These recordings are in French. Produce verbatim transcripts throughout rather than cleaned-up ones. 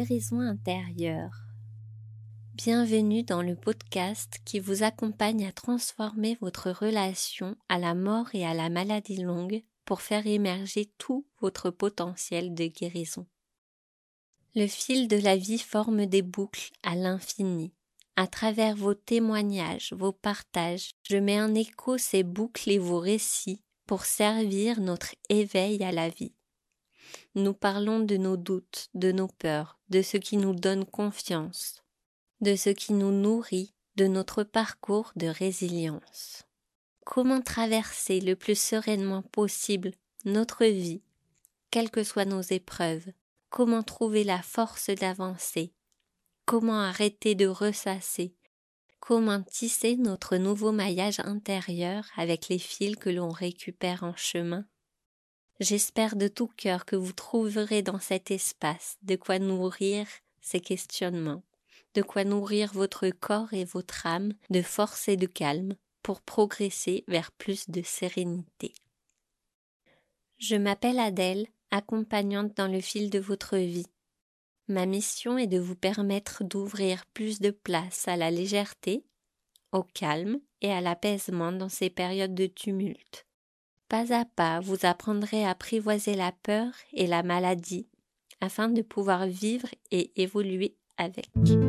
guérison intérieure. Bienvenue dans le podcast qui vous accompagne à transformer votre relation à la mort et à la maladie longue pour faire émerger tout votre potentiel de guérison. Le fil de la vie forme des boucles à l'infini. À travers vos témoignages, vos partages, je mets en écho ces boucles et vos récits pour servir notre éveil à la vie. Nous parlons de nos doutes, de nos peurs, de ce qui nous donne confiance, de ce qui nous nourrit, de notre parcours de résilience. Comment traverser le plus sereinement possible notre vie, quelles que soient nos épreuves? Comment trouver la force d'avancer? Comment arrêter de ressasser? Comment tisser notre nouveau maillage intérieur avec les fils que l'on récupère en chemin? J'espère de tout cœur que vous trouverez dans cet espace de quoi nourrir ces questionnements, de quoi nourrir votre corps et votre âme de force et de calme pour progresser vers plus de sérénité. Je m'appelle Adèle, accompagnante dans le fil de votre vie. Ma mission est de vous permettre d'ouvrir plus de place à la légèreté, au calme et à l'apaisement dans ces périodes de tumulte. Pas à pas, vous apprendrez à apprivoiser la peur et la maladie afin de pouvoir vivre et évoluer avec.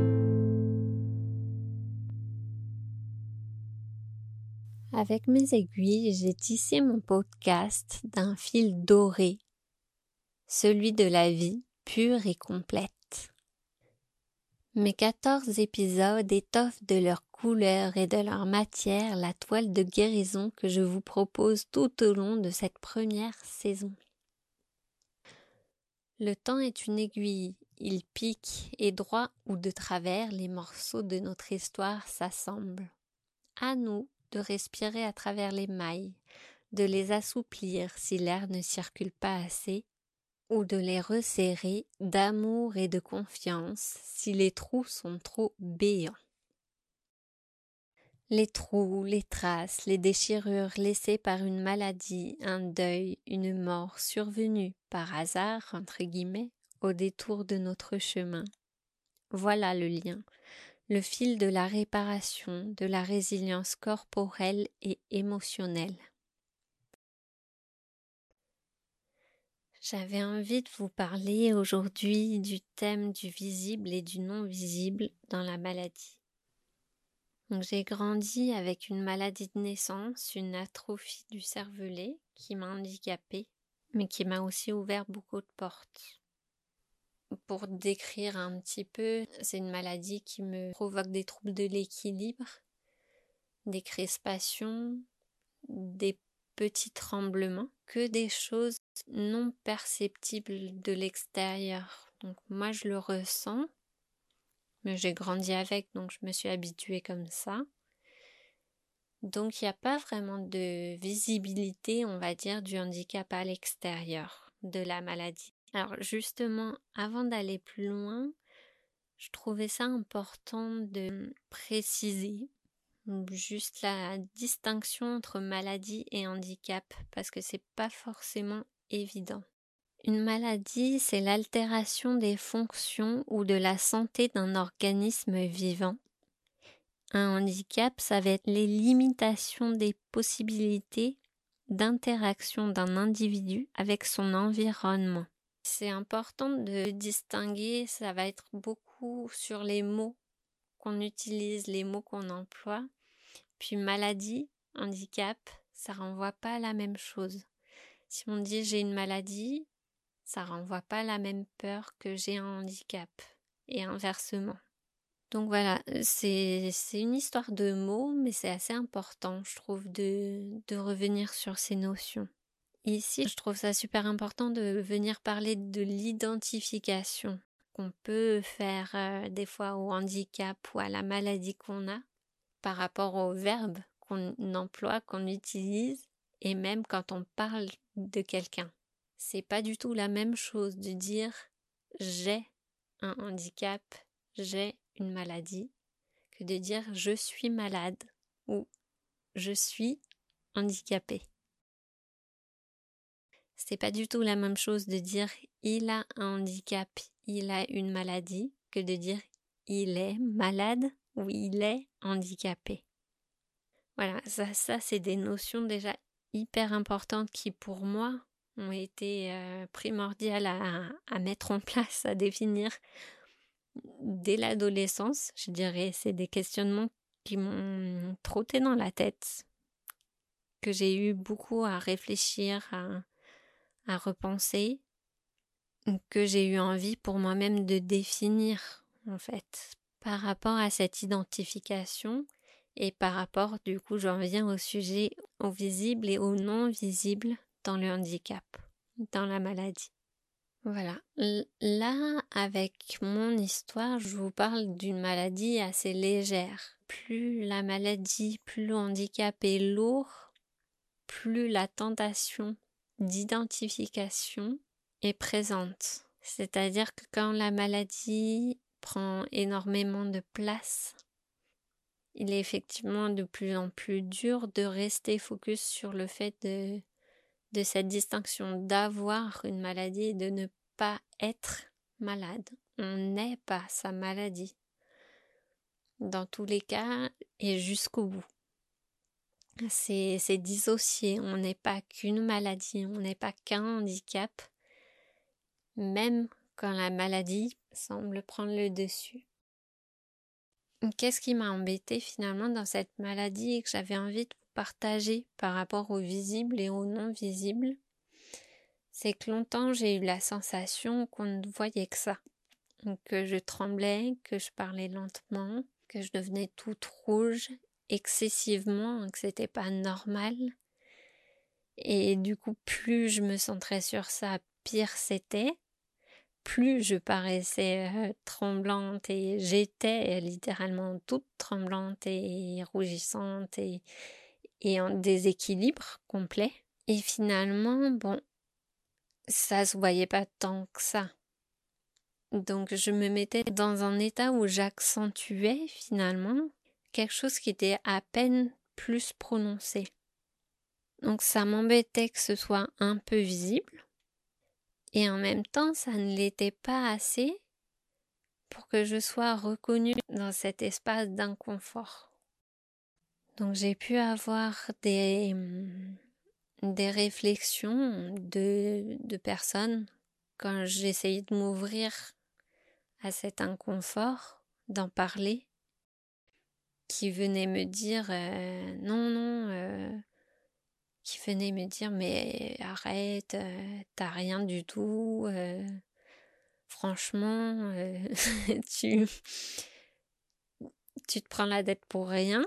Avec mes aiguilles, j'ai tissé mon podcast d'un fil doré, celui de la vie pure et complète. Mes quatorze épisodes étoffent de leur couleur et de leur matière la toile de guérison que je vous propose tout au long de cette première saison. Le temps est une aiguille, il pique et droit ou de travers les morceaux de notre histoire s'assemblent. À nous de respirer à travers les mailles, de les assouplir si l'air ne circule pas assez, ou de les resserrer d'amour et de confiance si les trous sont trop béants. Les trous, les traces, les déchirures laissées par une maladie, un deuil, une mort survenue par hasard, entre guillemets, au détour de notre chemin. Voilà le lien, le fil de la réparation, de la résilience corporelle et émotionnelle. J'avais envie de vous parler aujourd'hui du thème du visible et du non-visible dans la maladie. Donc, j'ai grandi avec une maladie de naissance, une atrophie du cervelet qui m'a handicapée, mais qui m'a aussi ouvert beaucoup de portes. Pour décrire un petit peu, c'est une maladie qui me provoque des troubles de l'équilibre, des crispations, des petits tremblements, que des choses non perceptibles de l'extérieur. Donc moi je le ressens, mais j'ai grandi avec, donc je me suis habituée comme ça. Donc il n'y a pas vraiment de visibilité, on va dire, du handicap à l'extérieur de la maladie. Alors justement, avant d'aller plus loin, je trouvais ça important de préciser juste la distinction entre maladie et handicap, parce que c'est pas forcément évident. Une maladie, c'est l'altération des fonctions ou de la santé d'un organisme vivant. Un handicap, ça va être les limitations des possibilités d'interaction d'un individu avec son environnement. C'est important de distinguer, ça va être beaucoup sur les mots qu'on utilise, les mots qu'on emploie. Puis maladie, handicap, ça renvoie pas à la même chose. Si on dit j'ai une maladie, ça renvoie pas à la même peur que j'ai un handicap, et inversement. Donc voilà, c'est, c'est une histoire de mots, mais c'est assez important, je trouve, de, de revenir sur ces notions. Ici, je trouve ça super important de venir parler de l'identification qu'on peut faire euh, des fois au handicap ou à la maladie qu'on a par rapport au verbe qu'on emploie, qu'on utilise, et même quand on parle de quelqu'un. C'est pas du tout la même chose de dire j'ai un handicap, j'ai une maladie, que de dire je suis malade ou je suis handicapé. C'est pas du tout la même chose de dire il a un handicap, il a une maladie que de dire il est malade ou il est handicapé. Voilà, ça, ça c'est des notions déjà hyper importantes qui pour moi ont été euh, primordiales à, à mettre en place, à définir dès l'adolescence. Je dirais c'est des questionnements qui m'ont trotté dans la tête, que j'ai eu beaucoup à réfléchir, à, à repenser, que j'ai eu envie pour moi-même de définir en fait par rapport à cette identification et par rapport, du coup, j'en viens au sujet au visible et au non visible dans le handicap, dans la maladie. Voilà. Là, avec mon histoire, je vous parle d'une maladie assez légère. Plus la maladie, plus le handicap est lourd, plus la tentation d'identification est présente. C'est-à-dire que quand la maladie prend énormément de place, il est effectivement de plus en plus dur de rester focus sur le fait de, de cette distinction d'avoir une maladie et de ne pas être malade. On n'est pas sa maladie. Dans tous les cas et jusqu'au bout. C'est, c'est dissocié. On n'est pas qu'une maladie, on n'est pas qu'un handicap, même quand la maladie semble prendre le dessus. Qu'est-ce qui m'a embêtée finalement dans cette maladie et que j'avais envie de partager par rapport au visible et au non visible? C'est que longtemps j'ai eu la sensation qu'on ne voyait que ça. Que je tremblais, que je parlais lentement, que je devenais toute rouge excessivement, que c'était pas normal. Et du coup, plus je me centrais sur ça, pire c'était. Plus je paraissais euh, tremblante et j'étais littéralement toute tremblante et rougissante et, et en déséquilibre complet. Et finalement, bon, ça se voyait pas tant que ça. Donc je me mettais dans un état où j'accentuais finalement quelque chose qui était à peine plus prononcé. Donc ça m'embêtait que ce soit un peu visible. Et en même temps, ça ne l'était pas assez pour que je sois reconnue dans cet espace d'inconfort. Donc j'ai pu avoir des, des réflexions de, de personnes quand j'essayais de m'ouvrir à cet inconfort, d'en parler, qui venaient me dire euh, non, non, euh, qui venaient me dire mais arrête, euh, t'as rien du tout. Euh, Franchement, euh, tu, tu te prends la tête pour rien.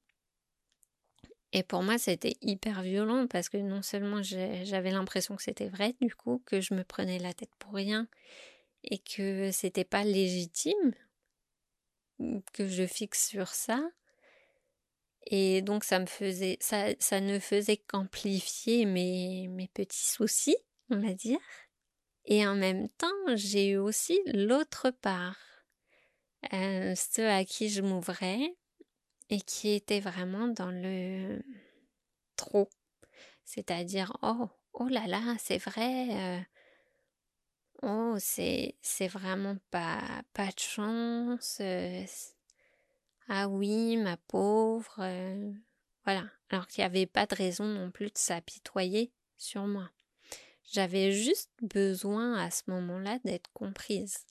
Et pour moi, c'était hyper violent parce que non seulement j'avais l'impression que c'était vrai, du coup, que je me prenais la tête pour rien et que c'était pas légitime que je fixe sur ça. Et donc, ça me faisait, ça, ça ne faisait qu'amplifier mes, mes petits soucis, on va dire. Et en même temps, j'ai eu aussi l'autre part. Euh, ceux à qui je m'ouvrais et qui étaient vraiment dans le trop. C'est-à-dire, oh, oh là là, c'est vrai, euh, oh, c'est, c'est vraiment pas, pas de chance, euh, ah oui, ma pauvre, euh, voilà. Alors qu'il n'y avait pas de raison non plus de s'apitoyer sur moi. J'avais juste besoin à ce moment-là d'être comprise.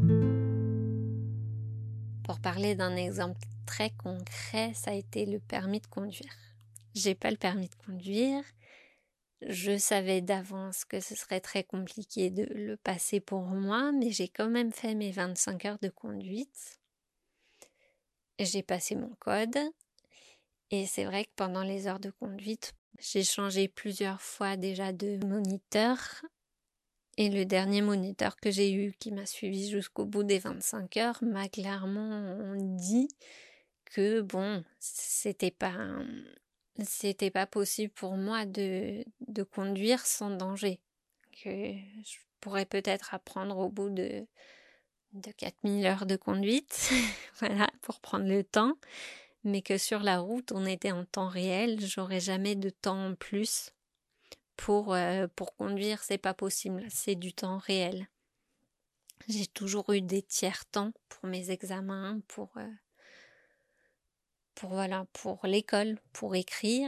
Pour parler d'un exemple très concret, ça a été le permis de conduire. J'ai pas le permis de conduire. Je savais d'avance que ce serait très compliqué de le passer pour moi, mais j'ai quand même fait mes vingt-cinq heures de conduite. J'ai passé mon code. Et c'est vrai que pendant les heures de conduite, j'ai changé plusieurs fois déjà de moniteur. Et le dernier moniteur que j'ai eu, qui m'a suivi jusqu'au bout des vingt-cinq heures, m'a clairement dit que bon, c'était pas, c'était pas possible pour moi de, de conduire sans danger. Que je pourrais peut-être apprendre au bout de, de quatre mille heures de conduite, voilà, pour prendre le temps. Mais que sur la route, on était en temps réel, j'aurais jamais de temps en plus pour, euh, pour conduire, c'est pas possible, c'est du temps réel. J'ai toujours eu des tiers-temps pour mes examens, pour, euh, pour, voilà, pour l'école, pour écrire.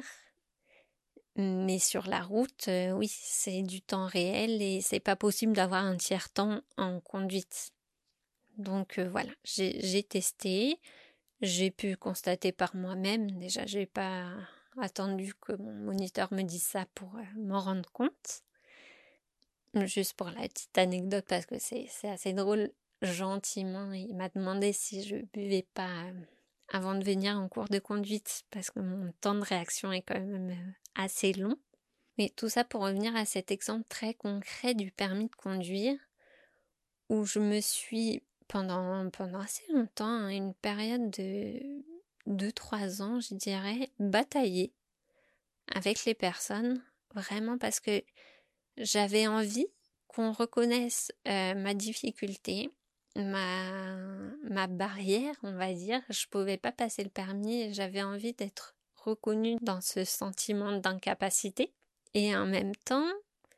Mais sur la route, euh, oui, c'est du temps réel et c'est pas possible d'avoir un tiers-temps en conduite. Donc euh, voilà, j'ai, j'ai testé, j'ai pu constater par moi-même. Déjà, j'ai pas attendu que mon moniteur me dise ça pour euh, m'en rendre compte. Juste pour la petite anecdote, parce que c'est, c'est assez drôle, gentiment, il m'a demandé si je buvais pas euh, avant de venir en cours de conduite, parce que mon temps de réaction est quand même euh, assez long. Mais tout ça pour revenir à cet exemple très concret du permis de conduire, où je me suis, pendant, pendant assez longtemps, hein, une période de deux trois ans, je dirais, bataillée avec les personnes, vraiment parce que j'avais envie qu'on reconnaisse euh, ma difficulté, ma, ma barrière, on va dire. Je pouvais pas passer le permis, j'avais envie d'être reconnue dans ce sentiment d'incapacité. Et en même temps,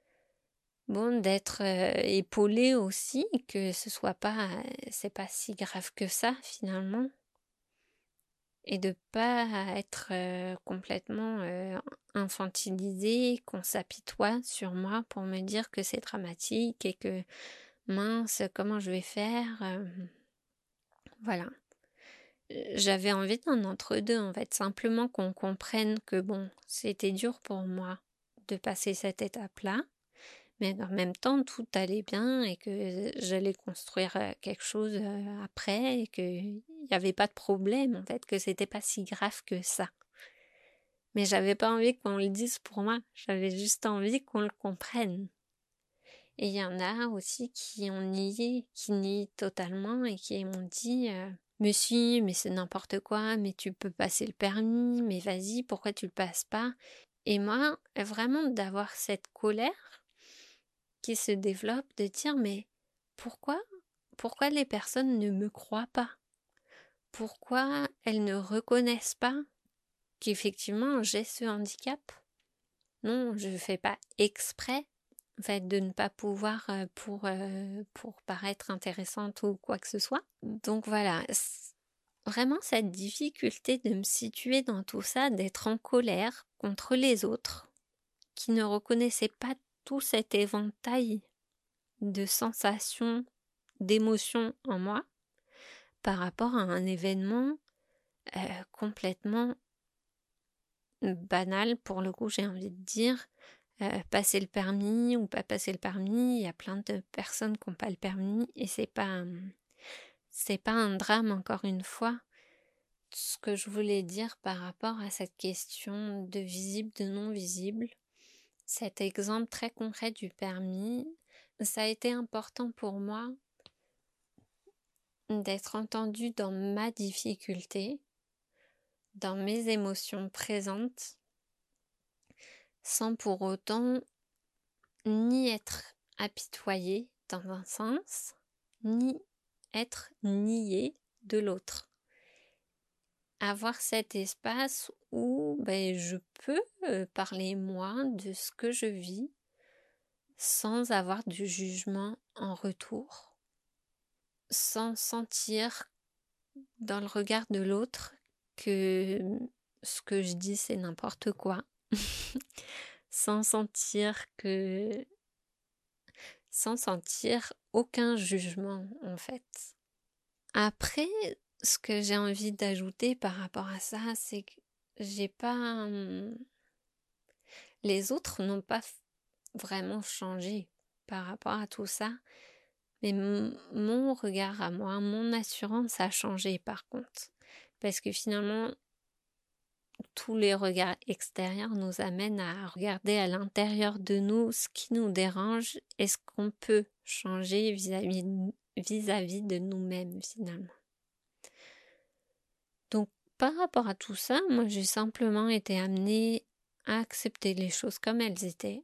bon, d'être euh, épaulée aussi, que ce soit pas, euh, c'est pas si grave que ça finalement. Et de pas être euh, complètement euh, infantilisée, qu'on s'apitoie sur moi pour me dire que c'est dramatique et que mince, comment je vais faire euh, voilà. J'avais envie d'un entre-deux en fait, simplement qu'on comprenne que bon, c'était dur pour moi de passer cette étape-là, mais en même temps tout allait bien et que j'allais construire euh, quelque chose euh, après et qu'il n'y avait pas de problème en fait, que c'était pas si grave que ça. Mais j'avais pas envie qu'on le dise pour moi, j'avais juste envie qu'on le comprenne. Et il y en a aussi qui ont nié, qui nient totalement et qui m'ont dit euh, mais si, mais c'est n'importe quoi, mais tu peux passer le permis, mais vas-y, pourquoi tu le passes pas? Et moi, vraiment d'avoir cette colère qui se développe, de dire mais pourquoi, pourquoi les personnes ne me croient pas? Pourquoi elles ne reconnaissent pas qu'effectivement j'ai ce handicap? Non, je ne fais pas exprès en fait, de ne pas pouvoir euh, pour, euh, pour paraître intéressante ou quoi que ce soit. Donc voilà, vraiment cette difficulté de me situer dans tout ça, d'être en colère contre les autres, qui ne reconnaissaient pas tout cet éventail de sensations, d'émotions en moi, par rapport à un événement euh, complètement banal, pour le coup j'ai envie de dire, euh, passer le permis ou pas passer le permis, il y a plein de personnes qui n'ont pas le permis et c'est pas, c'est pas un drame encore une fois. Ce que je voulais dire par rapport à cette question de visible, de non visible, cet exemple très concret du permis, ça a été important pour moi d'être entendue dans ma difficulté, dans mes émotions présentes, sans pour autant ni être apitoyée dans un sens, ni être niée de l'autre. Avoir cet espace où ben, je peux euh, parler moi de ce que je vis sans avoir du jugement en retour, sans sentir dans le regard de l'autre que ce que je dis c'est n'importe quoi, sans sentir que sans sentir aucun jugement en fait. Après, ce que j'ai envie d'ajouter par rapport à ça, c'est que j'ai pas hum, les autres n'ont pas vraiment changé par rapport à tout ça, mais m- mon regard à moi, mon assurance a changé par contre, parce que finalement tous les regards extérieurs nous amènent à regarder à l'intérieur de nous ce qui nous dérange et ce qu'on peut changer vis-à-vis de, vis-à-vis de nous-mêmes finalement. Donc par rapport à tout ça, moi j'ai simplement été amenée à accepter les choses comme elles étaient,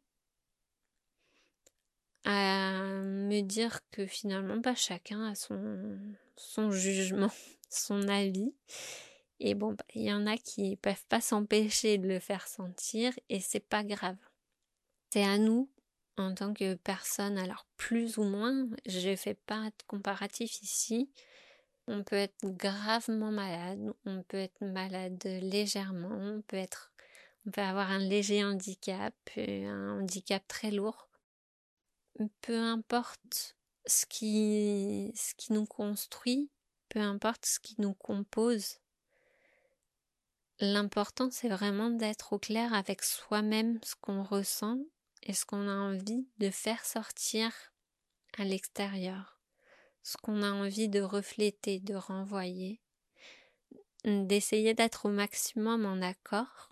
à me dire que finalement bah, chacun a son, son jugement, son avis. Et bon, bah, il y en a qui peuvent pas s'empêcher de le faire sentir et c'est pas grave. C'est à nous en tant que personne, alors plus ou moins, je ne fais pas de comparatif ici. On peut être gravement malade, on peut être malade légèrement, on peut être, on peut avoir un léger handicap, un handicap très lourd. Peu importe ce qui, ce qui nous construit, peu importe ce qui nous compose, l'important c'est vraiment d'être au clair avec soi-même, ce qu'on ressent et ce qu'on a envie de faire sortir à l'extérieur, ce qu'on a envie de refléter, de renvoyer, d'essayer d'être au maximum en accord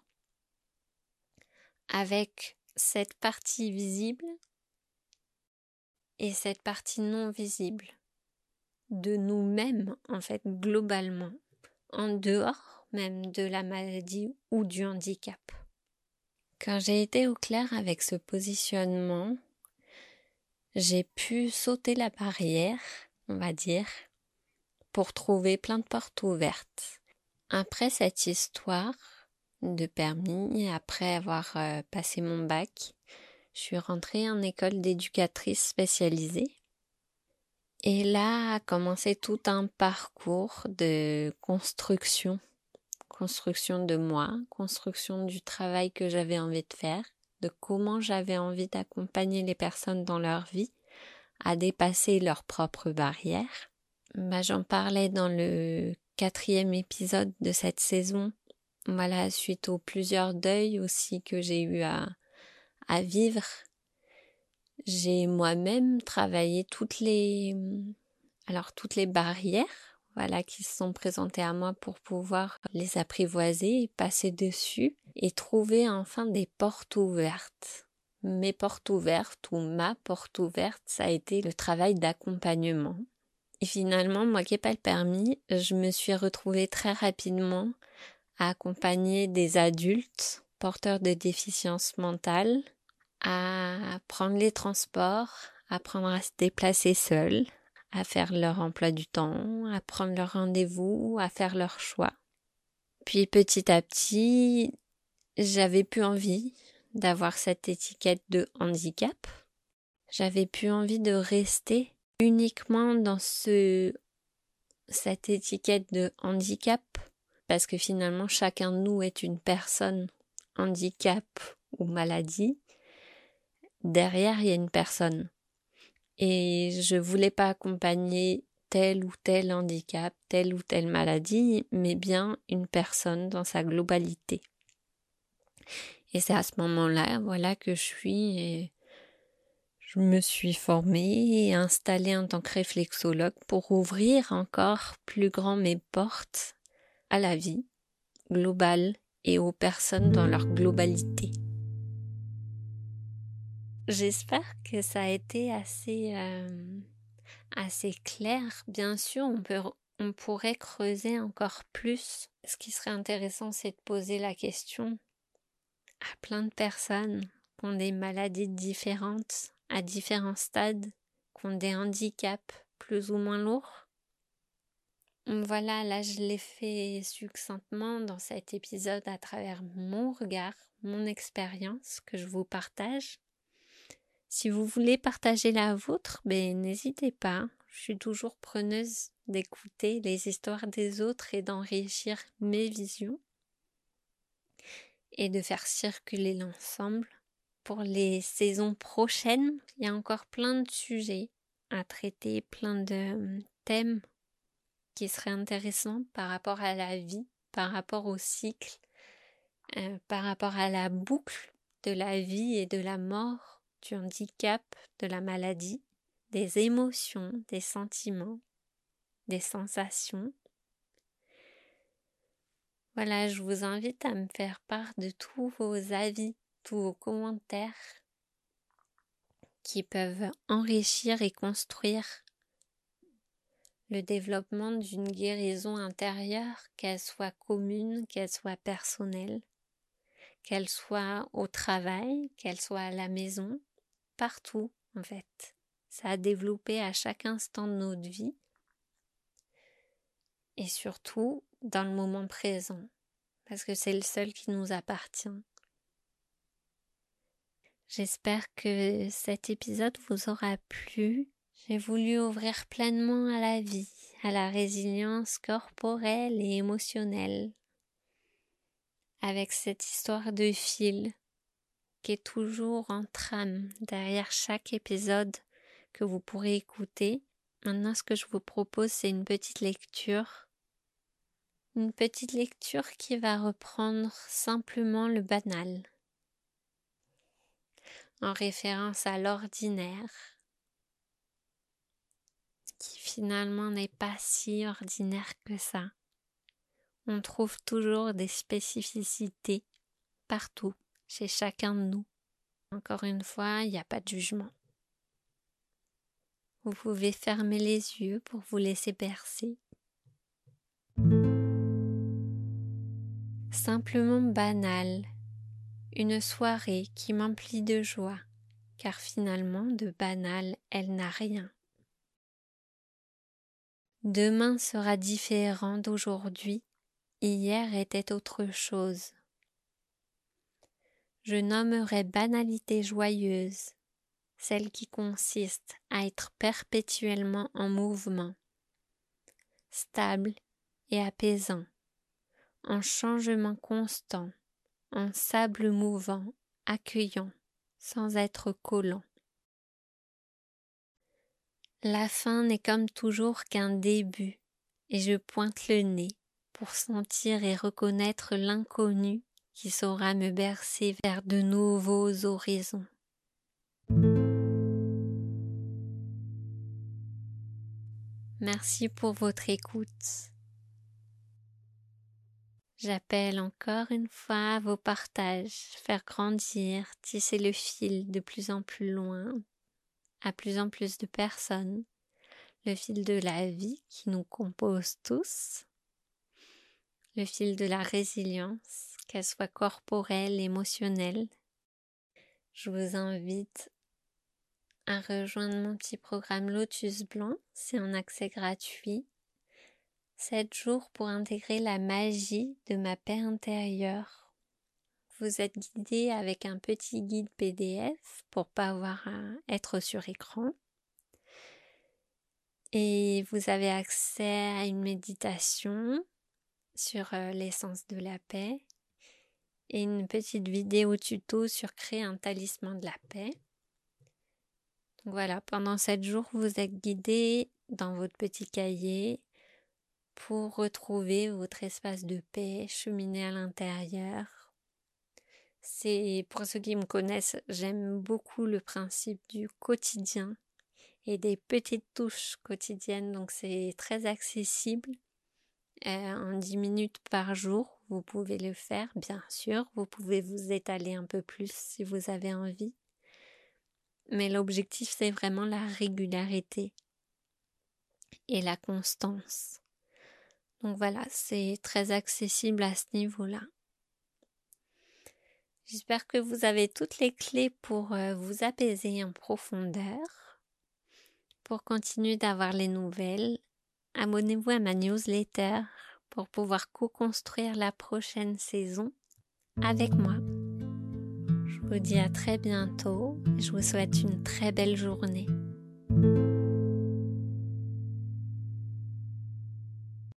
avec cette partie visible et cette partie non visible de nous-mêmes, en fait, globalement, en dehors même de la maladie ou du handicap. Quand j'ai été au clair avec ce positionnement, j'ai pu sauter la barrière, on va dire, pour trouver plein de portes ouvertes. Après cette histoire de permis, après avoir euh, passé mon bac, je suis rentrée en école d'éducatrice spécialisée. Et là a commencé tout un parcours de construction, construction de moi, construction du travail que j'avais envie de faire, de comment j'avais envie d'accompagner les personnes dans leur vie à dépasser leurs propres barrières. Bah, j'en parlais dans le quatrième épisode de cette saison, voilà, suite aux plusieurs deuils aussi que j'ai eu à, à vivre. J'ai moi-même travaillé toutes les, alors toutes les barrières, voilà, qui se sont présentées à moi pour pouvoir les apprivoiser et passer dessus et trouver enfin des portes ouvertes. Mes portes ouvertes ou ma porte ouverte, ça a été le travail d'accompagnement. Et finalement, moi qui n'ai pas le permis, je me suis retrouvée très rapidement à accompagner des adultes porteurs de déficience mentale, à prendre les transports, à apprendre à se déplacer seuls, à faire leur emploi du temps, à prendre leur rendez-vous, à faire leur choix. Puis petit à petit, j'avais plus envie d'avoir cette étiquette de handicap. J'avais plus envie de rester uniquement dans ce, cette étiquette de handicap, parce que finalement chacun de nous est une personne handicap ou maladie. Derrière, il y a une personne. Et je voulais pas accompagner tel ou tel handicap, telle ou telle maladie, mais bien une personne dans sa globalité. Et c'est à ce moment-là, voilà, que je suis, et je me suis formée et installée en tant que réflexologue pour ouvrir encore plus grand mes portes à la vie globale et aux personnes dans leur globalité. J'espère que ça a été assez, euh, assez clair. Bien sûr, on peut, on pourrait creuser encore plus. Ce qui serait intéressant, c'est de poser la question à plein de personnes qui ont des maladies différentes, à différents stades, qui ont des handicaps plus ou moins lourds. Voilà, là je l'ai fait succinctement dans cet épisode à travers mon regard, mon expérience que je vous partage. Si vous voulez partager la vôtre, ben n'hésitez pas. Je suis toujours preneuse d'écouter les histoires des autres et d'enrichir mes visions et de faire circuler l'ensemble. Pour les saisons prochaines, il y a encore plein de sujets à traiter, plein de thèmes qui seraient intéressants par rapport à la vie, par rapport au cycle, euh, par rapport à la boucle de la vie et de la mort, du handicap, de la maladie, des émotions, des sentiments, des sensations. Voilà, je vous invite à me faire part de tous vos avis, tous vos commentaires qui peuvent enrichir et construire le développement d'une guérison intérieure, qu'elle soit commune, qu'elle soit personnelle, qu'elle soit au travail, qu'elle soit à la maison, partout en fait. Ça a développé à chaque instant de notre vie et surtout dans le moment présent, parce que c'est le seul qui nous appartient. J'espère que cet épisode vous aura plu. J'ai voulu ouvrir pleinement à la vie, à la résilience corporelle et émotionnelle, avec cette histoire de fil qui est toujours en trame derrière chaque épisode que vous pourrez écouter. Maintenant, ce que je vous propose, c'est une petite lecture. Une petite lecture qui va reprendre simplement le banal, en référence à l'ordinaire, qui finalement n'est pas si ordinaire que ça. On trouve toujours des spécificités partout, chez chacun de nous. Encore une fois, il n'y a pas de jugement. Vous pouvez fermer les yeux pour vous laisser bercer. Simplement banal, une soirée qui m'emplit de joie, car finalement de banal, elle n'a rien. Demain sera différent d'aujourd'hui, hier était autre chose. Je nommerai banalité joyeuse, celle qui consiste à être perpétuellement en mouvement, stable et apaisant, en changement constant, en sable mouvant, accueillant, sans être collant. La fin n'est comme toujours qu'un début, et je pointe le nez pour sentir et reconnaître l'inconnu qui saura me bercer vers de nouveaux horizons. Merci pour votre écoute. J'appelle encore une fois vos partages, faire grandir, tisser le fil de plus en plus loin, à plus en plus de personnes, le fil de la vie qui nous compose tous, le fil de la résilience, qu'elle soit corporelle, émotionnelle. Je vous invite à rejoindre mon petit programme Lotus Blanc, c'est en accès gratuit. sept jours pour intégrer la magie de ma paix intérieure. Vous êtes guidé avec un petit guide P D F pour pas avoir à être sur écran. Et vous avez accès à une méditation sur euh, l'essence de la paix et une petite vidéo tuto sur créer un talisman de la paix. Donc voilà, pendant sept jours, vous êtes guidé dans votre petit cahier pour retrouver votre espace de paix, cheminer à l'intérieur. C'est, pour ceux qui me connaissent, j'aime beaucoup le principe du quotidien et des petites touches quotidiennes, donc c'est très accessible. Euh, en dix minutes par jour, vous pouvez le faire, bien sûr. Vous pouvez vous étaler un peu plus si vous avez envie. Mais l'objectif, c'est vraiment la régularité et la constance. Donc voilà, c'est très accessible à ce niveau-là. J'espère que vous avez toutes les clés pour euh, vous apaiser en profondeur. Pour continuer d'avoir les nouvelles, abonnez-vous à ma newsletter pour pouvoir co-construire la prochaine saison avec moi. Je vous dis à très bientôt et je vous souhaite une très belle journée.